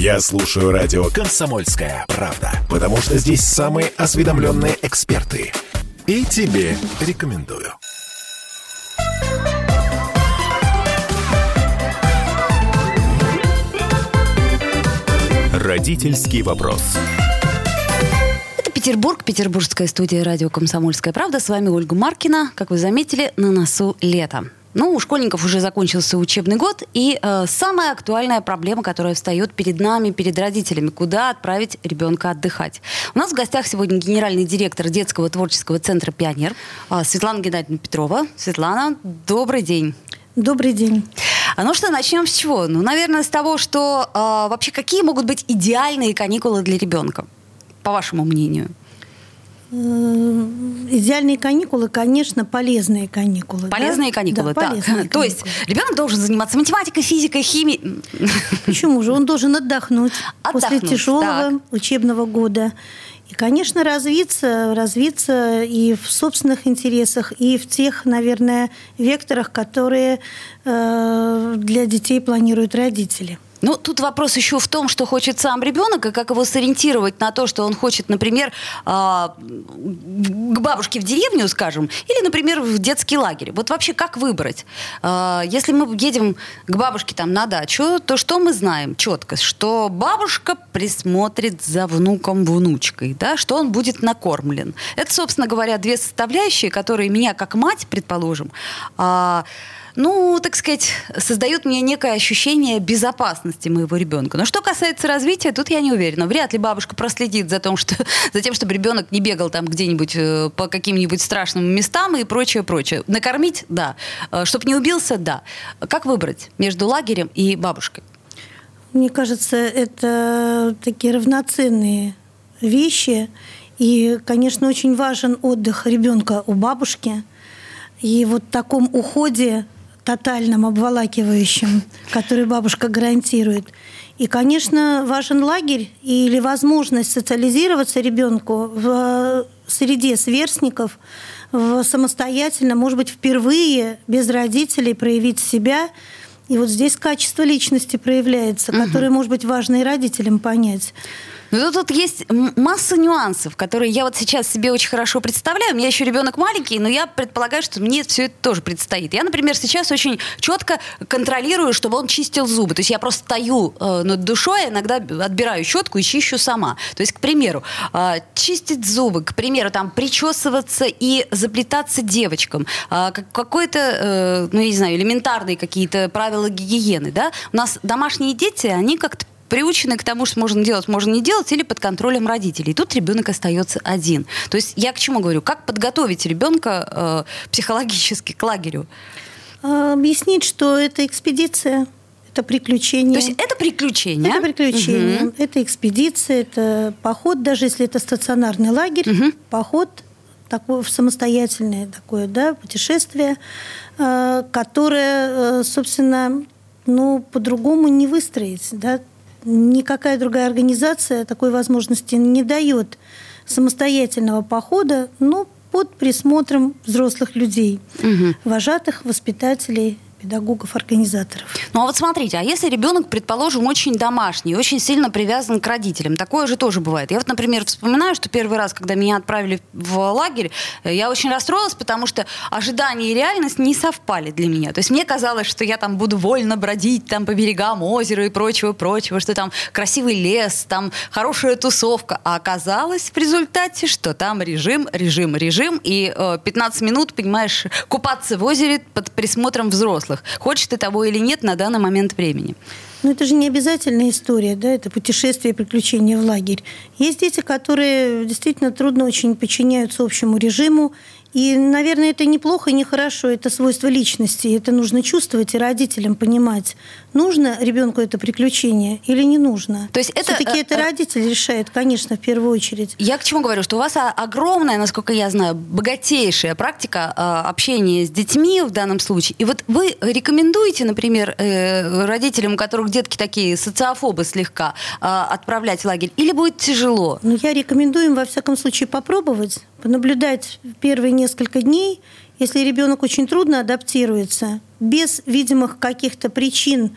Я слушаю радио «Комсомольская правда», потому что здесь самые осведомленные эксперты. И тебе рекомендую. Родительский вопрос. Это Петербург, петербургская студия радио «Комсомольская правда». С вами Ольга Маркина. Как вы заметили, на носу лето. У школьников уже закончился учебный год, и самая актуальная проблема, которая встает перед нами, перед родителями, куда отправить ребенка отдыхать. У нас в гостях сегодня генеральный директор детского творческого центра «Пионер» Светлана Геннадьевна Петрова. Светлана, добрый день. Добрый день. Ну что, начнем с чего? Наверное, с того, что вообще какие могут быть идеальные каникулы для ребенка, по вашему мнению? Идеальные каникулы, конечно, полезные каникулы. Полезные каникулы, да. Полезные каникулы. То есть ребенок должен заниматься математикой, физикой, химией. Почему же? Он должен отдохнуть после тяжелого учебного года. И, конечно, развиться и в собственных интересах, и в тех, наверное, векторах, которые для детей планируют родители. Тут вопрос еще в том, что хочет сам ребенок, и как его сориентировать на то, что он хочет, например, к бабушке в деревню, скажем, или, например, в детский лагерь. Вот вообще как выбрать? Если мы едем к бабушке на дачу, то что мы знаем четко? Что бабушка присмотрит за внуком-внучкой, да? Что он будет накормлен. Это, собственно говоря, две составляющие, которые меня, как мать, предположим, так сказать, создают мне некое ощущение безопасности моего ребенка. Но что касается развития, тут я не уверена. Вряд ли бабушка проследит за тем, чтобы ребенок не бегал там где-нибудь по каким-нибудь страшным местам и прочее. Накормить – да. Чтоб не убился – да. Как выбрать между лагерем и бабушкой? Мне кажется, это такие равноценные вещи. И, конечно, очень важен отдых ребенка у бабушки. И вот в таком уходе тотальном, обволакивающем, который бабушка гарантирует. И, конечно, важен лагерь или возможность социализироваться ребенку в среде сверстников, самостоятельно, может быть, впервые, без родителей, проявить себя. И вот здесь качество личности проявляется, которое, может быть, важно и родителям понять. Тут есть масса нюансов, которые я вот сейчас себе очень хорошо представляю. У меня еще ребенок маленький, но я предполагаю, что мне все это тоже предстоит. Я, например, сейчас очень четко контролирую, чтобы он чистил зубы. То есть я просто стою над душой, иногда отбираю щетку и чищу сама. То есть, к примеру, чистить зубы, к примеру, причесываться и заплетаться девочкам. Какой-то, элементарные какие-то правила гигиены. Да? У нас домашние дети, они как-то приучены к тому, что можно делать, можно не делать, или под контролем родителей. И тут ребенок остается один. То есть я к чему говорю? Как подготовить ребенка психологически к лагерю? Объяснить, что это экспедиция, это приключение. То есть это приключение? Это приключение. Угу. Это экспедиция, это поход, даже если это стационарный лагерь, поход такое самостоятельное такое, путешествие, которое, собственно, по-другому не выстроить, Никакая другая организация такой возможности не дает самостоятельного похода, под присмотром взрослых людей, вожатых, воспитателей, педагогов, организаторов. А вот смотрите, а если ребенок, предположим, очень домашний, очень сильно привязан к родителям, такое же тоже бывает. Я вот, например, вспоминаю, что первый раз, когда меня отправили в лагерь, я очень расстроилась, потому что ожидания и реальность не совпали для меня. То есть мне казалось, что я там буду вольно бродить по берегам озера и прочего, что там красивый лес, там хорошая тусовка. А оказалось в результате, что там режим, и 15 минут, понимаешь, купаться в озере под присмотром взрослых. Хочешь ты того или нет на данный момент времени. Это же не обязательная история, это путешествие и приключения в лагерь. Есть дети, которые действительно трудно очень подчиняются общему режиму. И, наверное, это неплохо и нехорошо, это свойство личности. Это нужно чувствовать и родителям понимать, нужно ребенку это приключение или не нужно. То есть все-таки это родитель решает, конечно, в первую очередь. Я к чему говорю, что у вас огромная, насколько я знаю, богатейшая практика общения с детьми в данном случае. И вот вы рекомендуете, например, родителям, у которых детки такие социофобы слегка, отправлять в лагерь, или будет тяжело? Я рекомендую им, во всяком случае, попробовать, понаблюдать первые несколько дней. Если ребенок очень трудно адаптируется, без видимых каких-то причин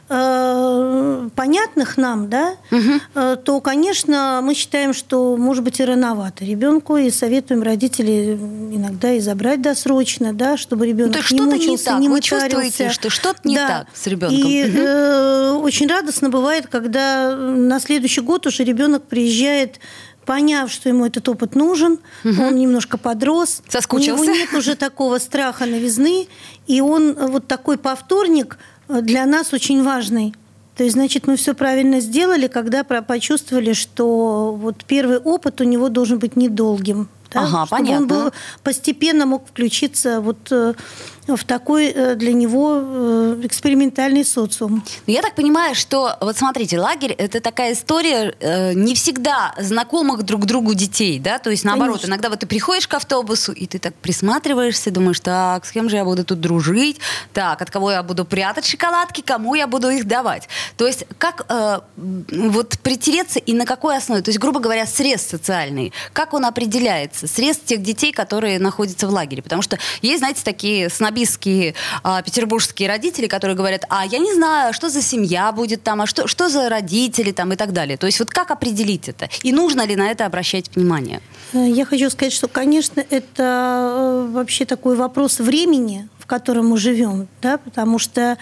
понятных нам, да, то, конечно, мы считаем, что, может быть, и рановато ребенку, и советуем родителей иногда и забрать досрочно, да, чтобы ребенок не мучился, не Вы мытарился. чувствуете, что что-то не так с ребенком? И очень радостно бывает, когда на следующий год уже ребенок приезжает, поняв, что ему этот опыт нужен, он немножко подрос, соскучился. У него нет уже такого страха новизны, и он вот такой повторник для нас очень важный. То есть, значит, мы все правильно сделали, когда почувствовали, что вот первый опыт у него должен быть недолгим. Да? Ага, чтобы понятно. он постепенно мог включиться вот в такой для него экспериментальный социум. Я так понимаю, что, вот смотрите, лагерь – это такая история не всегда знакомых друг другу детей, да? То есть, наоборот, Конечно. иногда вот ты приходишь к автобусу, и ты так присматриваешься, думаешь, так, с кем же я буду тут дружить, так, от кого я буду прятать шоколадки, кому я буду их давать. То есть, как вот притереться и на какой основе? То есть, грубо говоря, срез социальный, как он определяется? Срез тех детей, которые находятся в лагере. Потому что есть, знаете, такие снобистские петербургские родители, которые говорят, я не знаю, что за семья будет там, а что за родители там и так далее. То есть вот как определить это? И нужно ли на это обращать внимание? Я хочу сказать, что, конечно, это вообще такой вопрос времени, в котором мы живем, да, потому что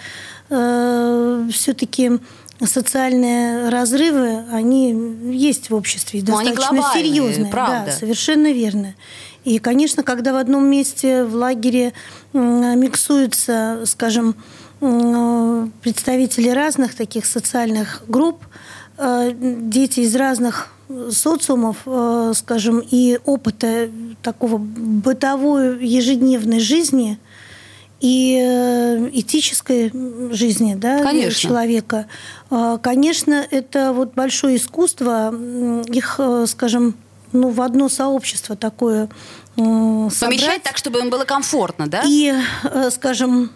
все-таки социальные разрывы, они есть в обществе, достаточно серьезные. Правда. Да, совершенно верно. И, конечно, когда в одном месте в лагере миксуются, скажем, представители разных таких социальных групп, дети из разных социумов, скажем, и опыта такого бытовой ежедневной жизни и этической жизни, да, человека, конечно, это вот большое искусство их, скажем, в одно сообщество такое собрать. Помещать так, чтобы им было комфортно, да? И, скажем,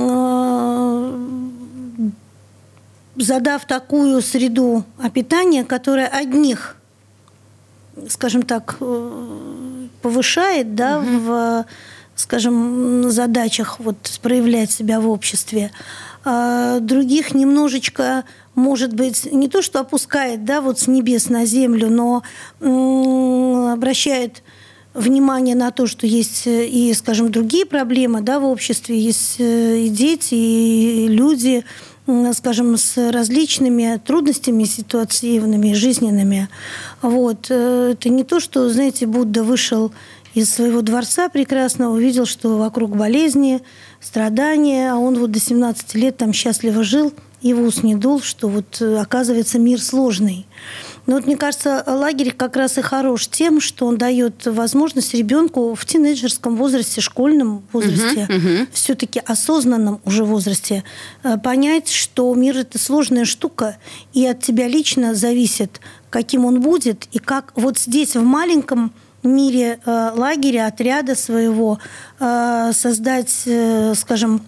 задав такую среду обитания, которая одних, скажем так, повышает, да, в, скажем, задачах вот проявлять себя в обществе, а других немножечко, может быть, не то что опускает, да, вот с небес на землю, но обращает внимание на то, что есть и, скажем, другие проблемы, да, в обществе, есть и дети, и люди, скажем, с различными трудностями ситуативными, жизненными. Вот. Это не то, что, знаете, Будда вышел из своего дворца прекрасно, увидел, что вокруг болезни, страдания, а он вот до 17 лет там счастливо жил, и в ус не дул, что вот, оказывается, мир сложный. Но вот, мне кажется, лагерь как раз и хорош тем, что он дает возможность ребенку в тинейджерском возрасте, школьном возрасте, все-таки осознанном уже возрасте, понять, что мир – это сложная штука, и от тебя лично зависит, каким он будет, и как вот здесь, в маленьком мире лагеря, отряда своего, создать, скажем,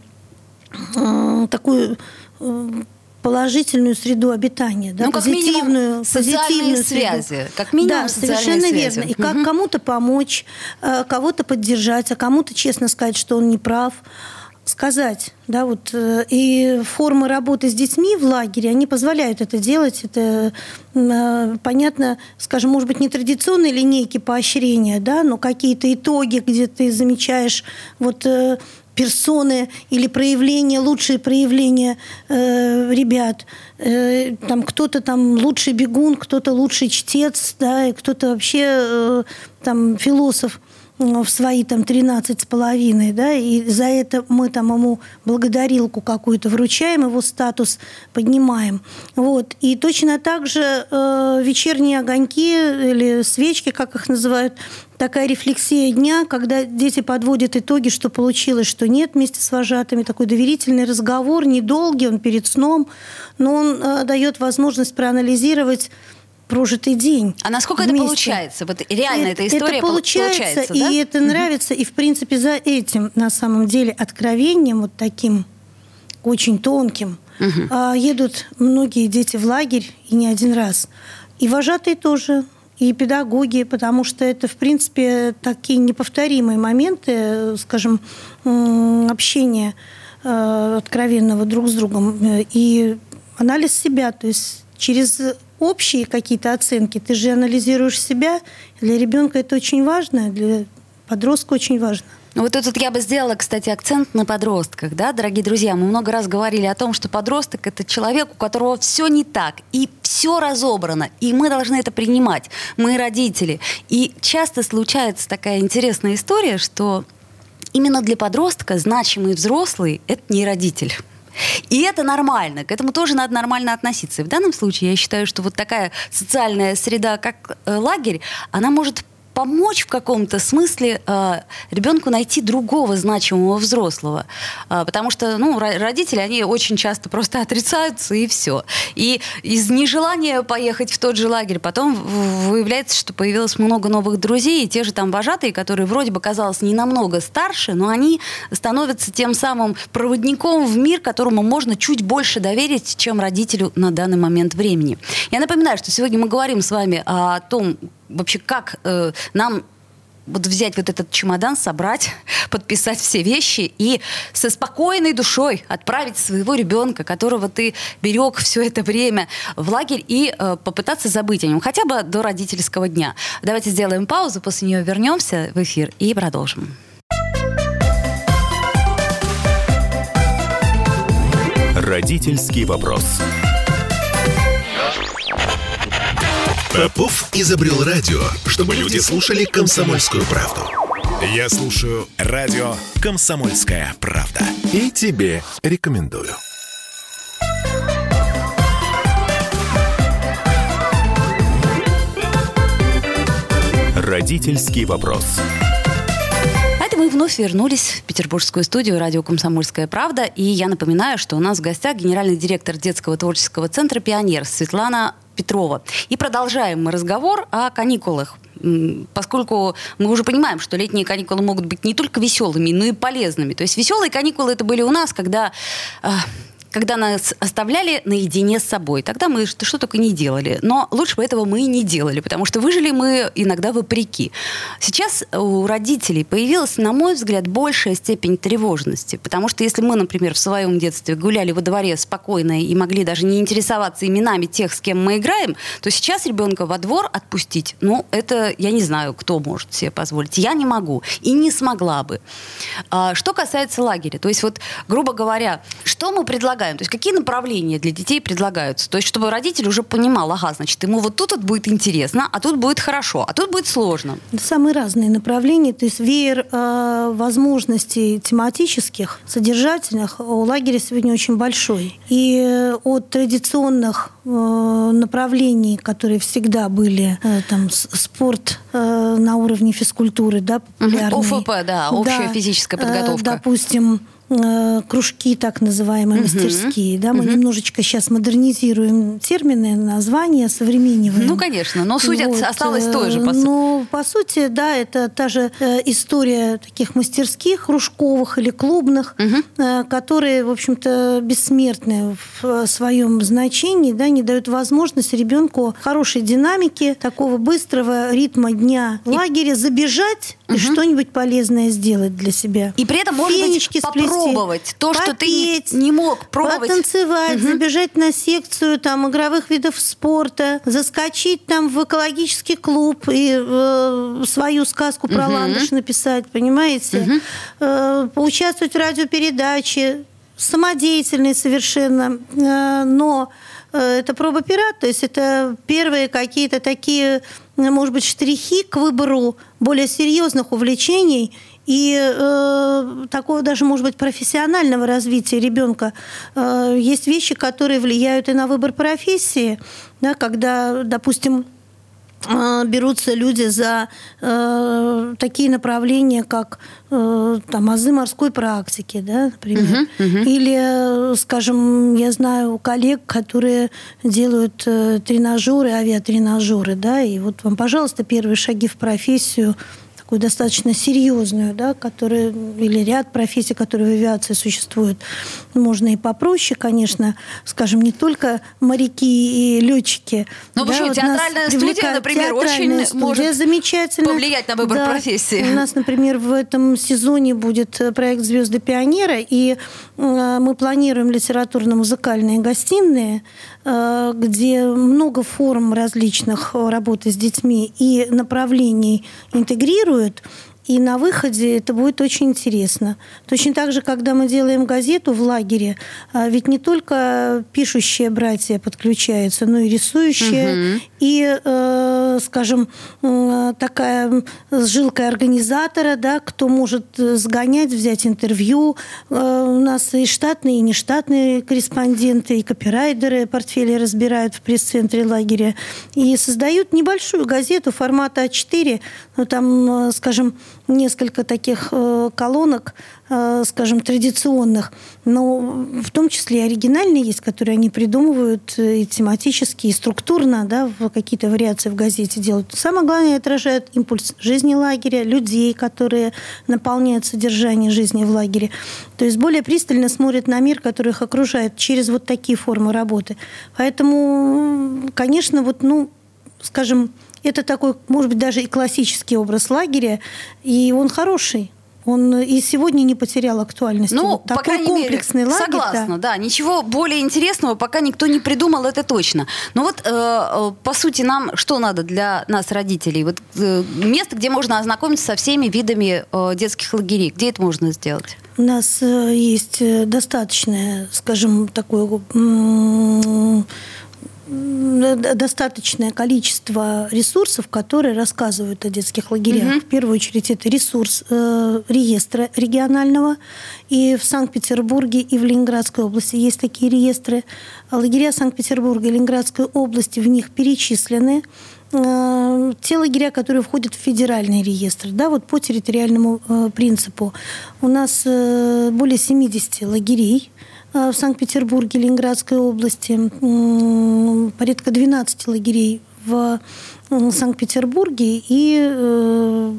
такую положительную среду обитания, да, позитивную социальные связи, среду. Как минимум, да, совершенно верно. И как кому-то помочь, кого-то поддержать, а кому-то честно сказать, что он не прав. Сказать, да, вот, и формы работы с детьми в лагере, они позволяют это делать. Это, понятно, скажем, может быть, не традиционные линейки поощрения, да, но какие-то итоги, где ты замечаешь вот персоны или проявления, лучшие проявления ребят. Там кто-то там лучший бегун, кто-то лучший чтец, да, и кто-то вообще там философ в свои там 13,5, да, и за это мы там ему благодарилку какую-то вручаем, его статус поднимаем. Вот. И точно так же вечерние огоньки или свечки, как их называют, такая рефлексия дня, когда дети подводят итоги, что получилось, что нет, вместе с вожатыми. Такой доверительный разговор, недолгий, он перед сном, но он дает возможность проанализировать прожитый день. А насколько вместе. Это получается? Вот реально эта история получается, и да? это нравится. И, в принципе, за этим, на самом деле, откровением, вот таким очень тонким, едут многие дети в лагерь, и не один раз. И вожатые тоже, и педагоги, потому что это, в принципе, такие неповторимые моменты, скажем, общения откровенного друг с другом. И анализ себя, то есть через общие какие-то оценки ты же анализируешь себя. Для ребенка это очень важно, для подростка очень важно. Вот тут я бы сделала, кстати, акцент на подростках, да, дорогие друзья. Мы много раз говорили о том, что подросток – это человек, у которого все не так, и все разобрано, и мы должны это принимать, мы родители. И часто случается такая интересная история, что именно для подростка значимый взрослый – это не родитель. И это нормально, к этому тоже надо нормально относиться. И в данном случае я считаю, что вот такая социальная среда, как лагерь, она может помочь в каком-то смысле ребенку найти другого значимого взрослого. Потому что родители, они очень часто просто отрицаются, и все. И из нежелания поехать в тот же лагерь потом выявляется, что появилось много новых друзей, и те же там вожатые, которые вроде бы, казалось, не намного старше, но они становятся тем самым проводником в мир, которому можно чуть больше доверить, чем родителю на данный момент времени. Я напоминаю, что сегодня мы говорим с вами о том, вообще, как нам вот взять вот этот чемодан, собрать, подписать все вещи и со спокойной душой отправить своего ребенка, которого ты берег все это время, в лагерь и попытаться забыть о нем, хотя бы до родительского дня. Давайте сделаем паузу, после нее вернемся в эфир и продолжим. Родительский вопрос. Попов изобрел радио, чтобы люди слушали «Комсомольскую правду». Я слушаю радио «Комсомольская правда». И тебе рекомендую. Родительский вопрос. Мы вновь вернулись в петербургскую студию радио «Комсомольская правда». И я напоминаю, что у нас в гостях генеральный директор детского творческого центра «Пионер» Светлана Петрова. И продолжаем мы разговор о каникулах. Поскольку мы уже понимаем, что летние каникулы могут быть не только веселыми, но и полезными. То есть веселые каникулы это были у нас, когда нас оставляли наедине с собой. Тогда мы что только не делали. Но лучше бы этого мы и не делали, потому что выжили мы иногда вопреки. Сейчас у родителей появилась, на мой взгляд, большая степень тревожности. Потому что если мы, например, в своем детстве гуляли во дворе спокойно и могли даже не интересоваться именами тех, с кем мы играем, то сейчас ребенка во двор отпустить, это я не знаю, кто может себе позволить. Я не могу и не смогла бы. Что касается лагеря, то есть вот, грубо говоря, что мы предлагаем? То есть какие направления для детей предлагаются? То есть чтобы родитель уже понимал, значит, ему вот тут будет интересно, а тут будет хорошо, а тут будет сложно. Самые разные направления. То есть веер возможностей тематических, содержательных у лагеря сегодня очень большой. И от традиционных направлений, которые всегда были, спорт на уровне физкультуры, популярный. ОФП, общая физическая подготовка. Допустим, кружки, так называемые, мастерские. Мы немножечко сейчас модернизируем термины, названия, современниваем. Конечно, но суть осталась той же, по сути. По сути, это та же история таких мастерских, кружковых или клубных, которые, в общем-то, бессмертны в своем значении, не дают возможность ребенку хорошей динамики, такого быстрого ритма дня в лагере забежать и что-нибудь полезное сделать для себя. И при этом, может быть, попробовать то, что ты не мог пробовать. Потанцевать, забежать на секцию игровых видов спорта, заскочить в экологический клуб и свою сказку про ландыш написать, понимаете? Поучаствовать в радиопередаче, самодеятельный совершенно, но это проба пера, то есть это первые какие-то такие, может быть, штрихи к выбору более серьезных увлечений и такого даже, может быть, профессионального развития ребенка. Есть вещи, которые влияют и на выбор профессии, когда, допустим, берутся люди за такие направления, как азы морской практики, например. Или, скажем, я знаю коллег, которые делают тренажеры, авиатренажеры, и вот вам, пожалуйста, первые шаги в профессию такую достаточно серьезную, да, или ряд профессий, которые в авиации существуют, можно и попроще, конечно, скажем, не только моряки и летчики. Но почему театральная студия, например, очень может повлиять на выбор профессии. У нас, например, в этом сезоне будет проект «Звезды пионера», и мы планируем литературно-музыкальные гостиные, где много форм различных работы с детьми и направлений интегрируют. И на выходе это будет очень интересно. Точно так же, когда мы делаем газету в лагере, ведь не только пишущие братья подключаются, но и рисующие, и, скажем, такая жилка организатора, да, кто может сгонять, взять интервью. У нас и штатные, и нештатные корреспонденты, и копирайтеры портфели разбирают в пресс-центре лагеря. И создают небольшую газету формата А4, ну, там, скажем, несколько таких колонок, скажем, традиционных, но в том числе и оригинальные есть, которые они придумывают и тематически, и структурно, да, в какие-то вариации в газете делают. Самое главное, отражают импульс жизни лагеря, людей, которые наполняют содержание жизни в лагере. То есть более пристально смотрят на мир, который их окружает, через вот такие формы работы. Поэтому, конечно, скажем, это такой, может быть, даже и классический образ лагеря, и он хороший. Он и сегодня не потерял актуальности. Ну, по крайней комплексный мере, лагерь. Согласна, да. Ничего более интересного пока никто не придумал, это точно. Но вот, по сути, нам что надо для нас, родителей? Вот место, где можно ознакомиться со всеми видами детских лагерей. Где это можно сделать? У нас есть достаточное, скажем, такое... достаточное количество ресурсов, которые рассказывают о детских лагерях. В первую очередь это ресурс реестра регионального. И в Санкт-Петербурге, и в Ленинградской области есть такие реестры. Лагеря Санкт-Петербурга и Ленинградской области в них перечислены. Те лагеря, которые входят в федеральный реестр, да, вот по территориальному принципу. У нас более 70 лагерей в Санкт-Петербурге, Ленинградской области, порядка 12 лагерей в Санкт-Петербурге и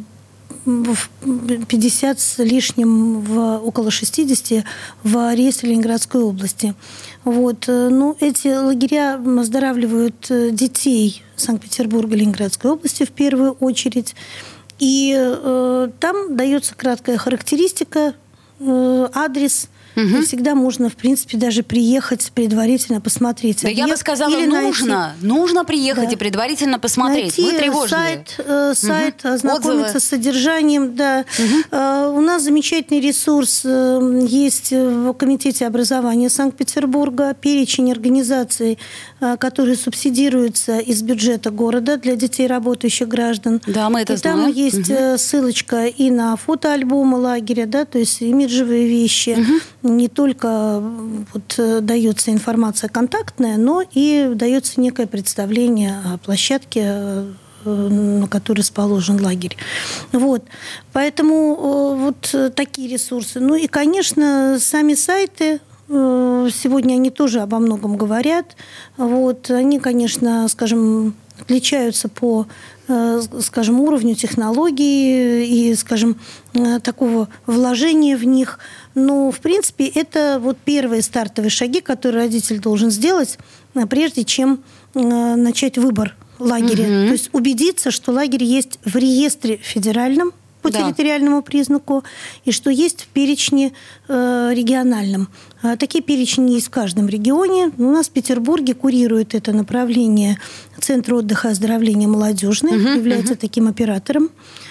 50 с лишним, около 60 в реестре Ленинградской области. Вот. Ну, эти лагеря оздоравливают детей Санкт-Петербурга, Ленинградской области в первую очередь. И там дается краткая характеристика, адрес. И всегда можно, в принципе, даже приехать предварительно посмотреть. Да, я бы сказала, нужно приехать и предварительно посмотреть. Мы тревожные. Сайт, ознакомиться с содержанием. Да. У нас замечательный ресурс есть в Комитете образования Санкт-Петербурга, перечень организаций, которые субсидируются из бюджета города для детей, работающих граждан. Да, мы это знаем. Там есть ссылочка и на фотоальбомы лагеря, да, то есть имиджевые вещи. Не только дается информация контактная, но и дается некое представление о площадке, на которой расположен лагерь. Вот. Поэтому вот такие ресурсы. Ну и, конечно, сами сайты. Сегодня они тоже обо многом говорят. Вот. Они, конечно, скажем, отличаются по, скажем, уровню технологий и, скажем, такого вложения в них. Но, в принципе, это вот первые стартовые шаги, которые родитель должен сделать, прежде чем начать выбор лагеря. То есть убедиться, что лагерь есть в реестре федеральном по территориальному признаку и что есть в перечне региональном. Такие перечни есть в каждом регионе. У нас в Петербурге курирует это направление Центр отдыха и оздоровления молодежный, является таким оператором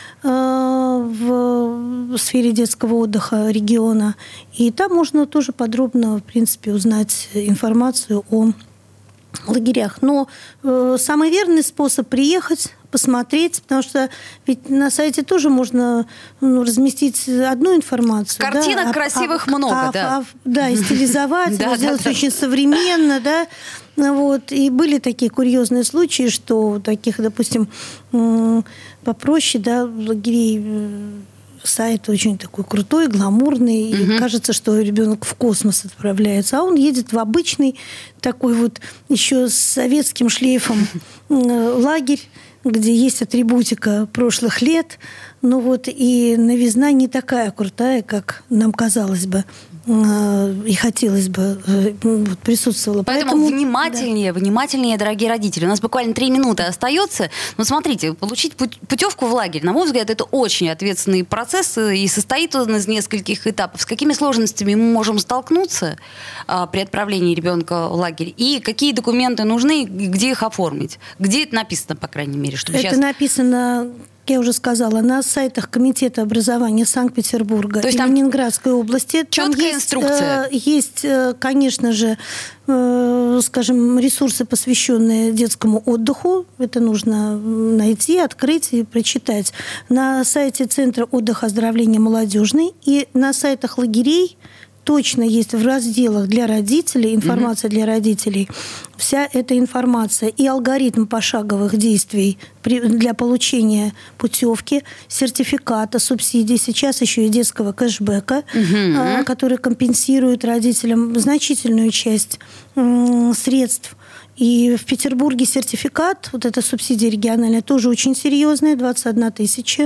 в сфере детского отдыха региона. И там можно тоже подробно, в принципе, узнать информацию о лагерях. Но самый верный способ приехать, посмотреть, потому что ведь на сайте тоже можно разместить одну информацию. Картинок красивых много, да. Да, и стилизовать, сделать очень современно, да. Вот. И были такие курьезные случаи, что таких, допустим, попроще, да, лагерей сайт очень такой крутой, гламурный, и кажется, что ребенок в космос отправляется, а он едет в обычный такой вот еще с советским шлейфом лагерь, где есть атрибутика прошлых лет, ну вот и новизна не такая крутая, как нам казалось бы. И хотелось бы присутствовала. Поэтому внимательнее, дорогие родители. У нас буквально 3 минуты остается. Но смотрите, получить путевку в лагерь, на мой взгляд, это очень ответственный процесс, и состоит он из нескольких этапов. С какими сложностями мы можем столкнуться при отправлении ребенка в лагерь? И какие документы нужны, где их оформить? Где это написано, по крайней мере? Чтобы это написано... Я уже сказала, на сайтах Комитета образования Санкт-Петербурга и Ленинградской области. Четкая инструкция. Есть, конечно же, скажем, ресурсы, посвященные детскому отдыху. Это нужно найти, открыть и прочитать. На сайте Центра отдыха и оздоровления «Молодежный» и на сайтах лагерей точно есть в разделах для родителей, информация для родителей, вся эта информация и алгоритм пошаговых действий для получения путевки, сертификата, субсидий, сейчас еще и детского кэшбэка, который компенсирует родителям значительную часть средств. И в Петербурге сертификат, вот эта субсидия региональная, тоже очень серьезная, 21 тысяча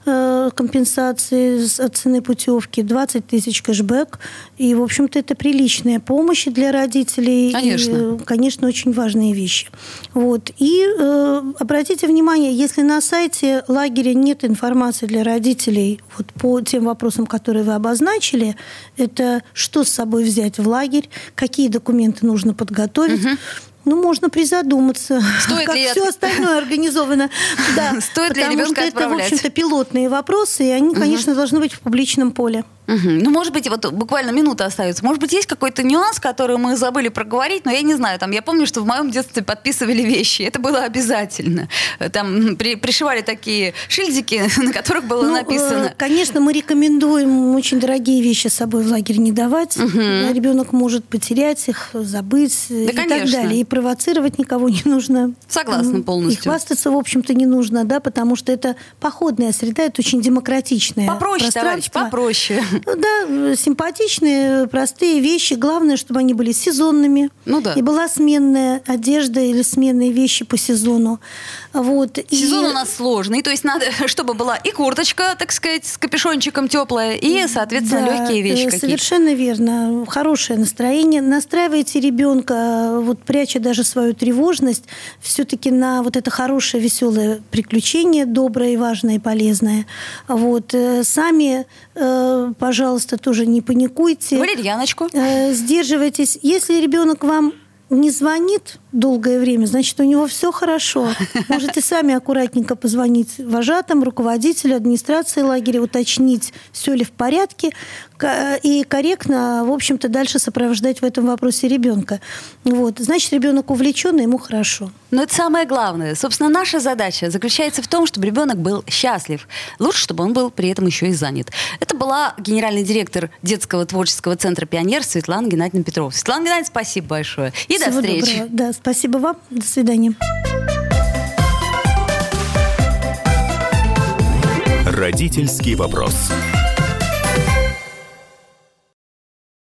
компенсации от цены путевки, 20 тысяч кэшбэк. И, в общем-то, это приличная помощь для родителей. Конечно. И, конечно, очень важные вещи. Вот. И обратите внимание, если на сайте лагеря нет информации для родителей вот по тем вопросам, которые вы обозначили, это что с собой взять в лагерь, какие документы нужно подготовить, ну, можно призадуматься, как все остальное организовано. Да, стоит ли ребенка отправлять? Потому что это, в общем-то, пилотные вопросы, и они, конечно, должны быть в публичном поле. Ну, может быть, вот буквально минута остается. Может быть, есть какой-то нюанс, который мы забыли проговорить, но я не знаю. Я помню, что в моем детстве подписывали вещи. Это было обязательно. Там пришивали такие шильдики, на которых было написано. Конечно, мы рекомендуем очень дорогие вещи с собой в лагерь не давать. Ребенок может потерять их, забыть и так далее. И провоцировать никого не нужно. Согласна полностью. И хвастаться, в общем-то, не нужно, да, потому что это походная среда, это очень демократичное пространство. Товарищ, попроще. Да, симпатичные, простые вещи. Главное, чтобы они были сезонными. И была сменная одежда или сменные вещи по сезону. Вот. Сезон у нас сложный. То есть надо, чтобы была и курточка, так сказать, с капюшончиком теплая, и, соответственно, легкие вещи какие-то. Совершенно верно. Хорошее настроение. Настраивайте ребенка, вот пряча даже свою тревожность, все-таки на вот это хорошее, веселое приключение, доброе, важное и полезное. Вот. Сами, пожалуйста, тоже не паникуйте. Валерьяночку. Сдерживайтесь. Если ребенок вам не звонит долгое время, значит, у него все хорошо. Можете сами аккуратненько позвонить вожатым, руководителю администрации лагеря, уточнить, все ли в порядке, и корректно, в общем-то, дальше сопровождать в этом вопросе ребенка. Вот. Значит, ребенок увлечен, и ему хорошо. Но это самое главное. Собственно, наша задача заключается в том, чтобы ребенок был счастлив. Лучше, чтобы он был при этом еще и занят. Это была генеральный директор детского творческого центра «Пионер» Светлана Геннадьевна Петрова. Светлана Геннадьевна, спасибо большое. И всего до встречи. Доброго. Да, спасибо вам. До свидания. Родительский вопрос.